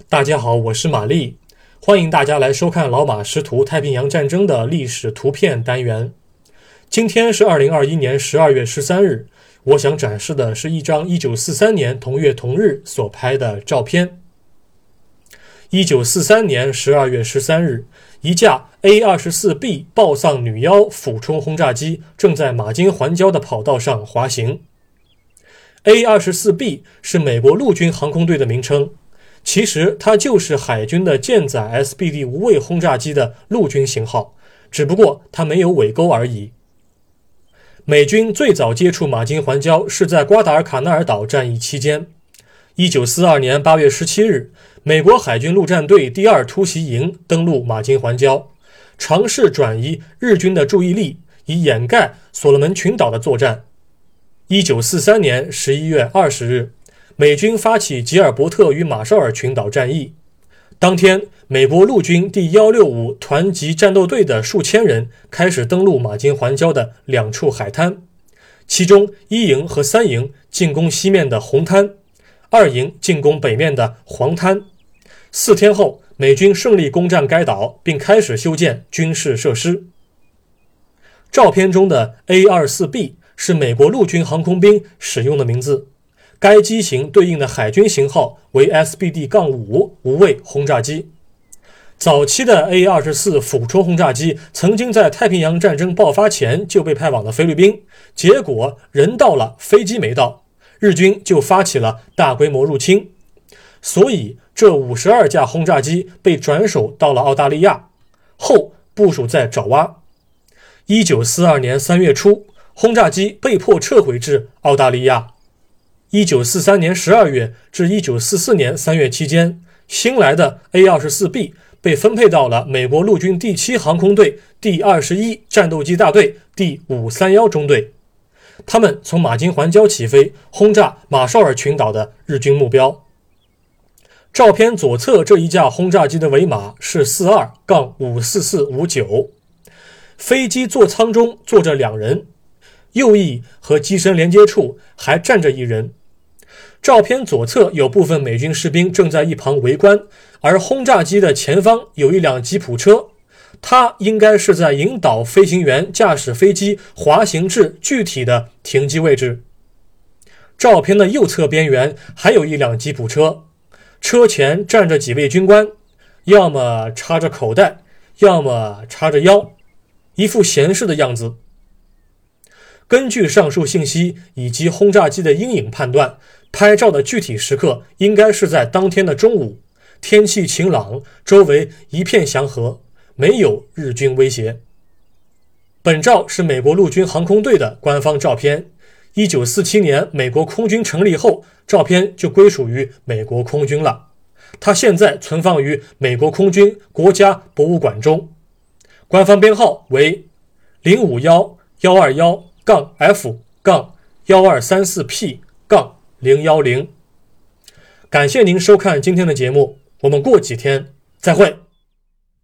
大家好，我是玛丽，欢迎大家来收看老马识图太平洋战争的历史图片单元。今天是2021年12月13日，我想展示的是一张1943年同月同日所拍的照片。1943年12月13日，一架 A-24B 豹丧女妖俯冲轰炸机正在马金环礁的跑道上滑行。A-24B 是美国陆军航空队的名称，其实它就是海军的舰载 SBD 无畏轰炸机的陆军型号，只不过它没有尾钩而已。美军最早接触马金环礁是在瓜达尔卡纳尔岛战役期间。1942年8月17日，美国海军陆战队第2突袭营登陆马金环礁，尝试转移日军的注意力，以掩盖所罗门群岛的作战。1943年11月20日，美军发起吉尔伯特与马绍尔群岛战役。当天，美国陆军第165团级战斗队的数千人开始登陆马金环礁的2处海滩，其中1营和3营进攻西面的红滩，2营进攻北面的黄滩。4天后，美军胜利攻占该岛，并开始修建军事设施。照片中的 A-24B 是美国陆军航空兵使用的名字，该机型对应的海军型号为 SBD-5 无畏轰炸机。早期的 A-24 俯冲轰炸机曾经在太平洋战争爆发前就被派往了菲律宾，结果人到了，飞机没到，日军就发起了大规模入侵，所以这52架轰炸机被转手到了澳大利亚，后部署在爪哇。1942年3月初，轰炸机被迫撤回至澳大利亚。1943年12月至1944年3月期间，新来的 A-24B 被分配到了美国陆军第7航空队第21战斗机大队第531中队。他们从马金环礁起飞，轰炸马绍尔群岛的日军目标。照片左侧这一架轰炸机的尾码是 42-54459， 飞机座舱中坐着2人，右翼和机身连接处还站着1人。照片左侧有部分美军士兵正在一旁围观，而轰炸机的前方有一辆吉普车，它应该是在引导飞行员驾驶飞机滑行至具体的停机位置。照片的右侧边缘还有一辆吉普车，车前站着几位军官，要么插着口袋，要么叉着腰，一副闲适的样子。根据上述信息以及轰炸机的阴影判断，拍照的具体时刻应该是在当天的中午，天气晴朗，周围一片祥和，没有日军威胁。本照是美国陆军航空队的官方照片。1947年美国空军成立后，照片就归属于美国空军了。它现在存放于美国空军国家博物馆中，官方编号为 051-121-F-1234P-010。感谢您收看今天的节目，我们过几天再会。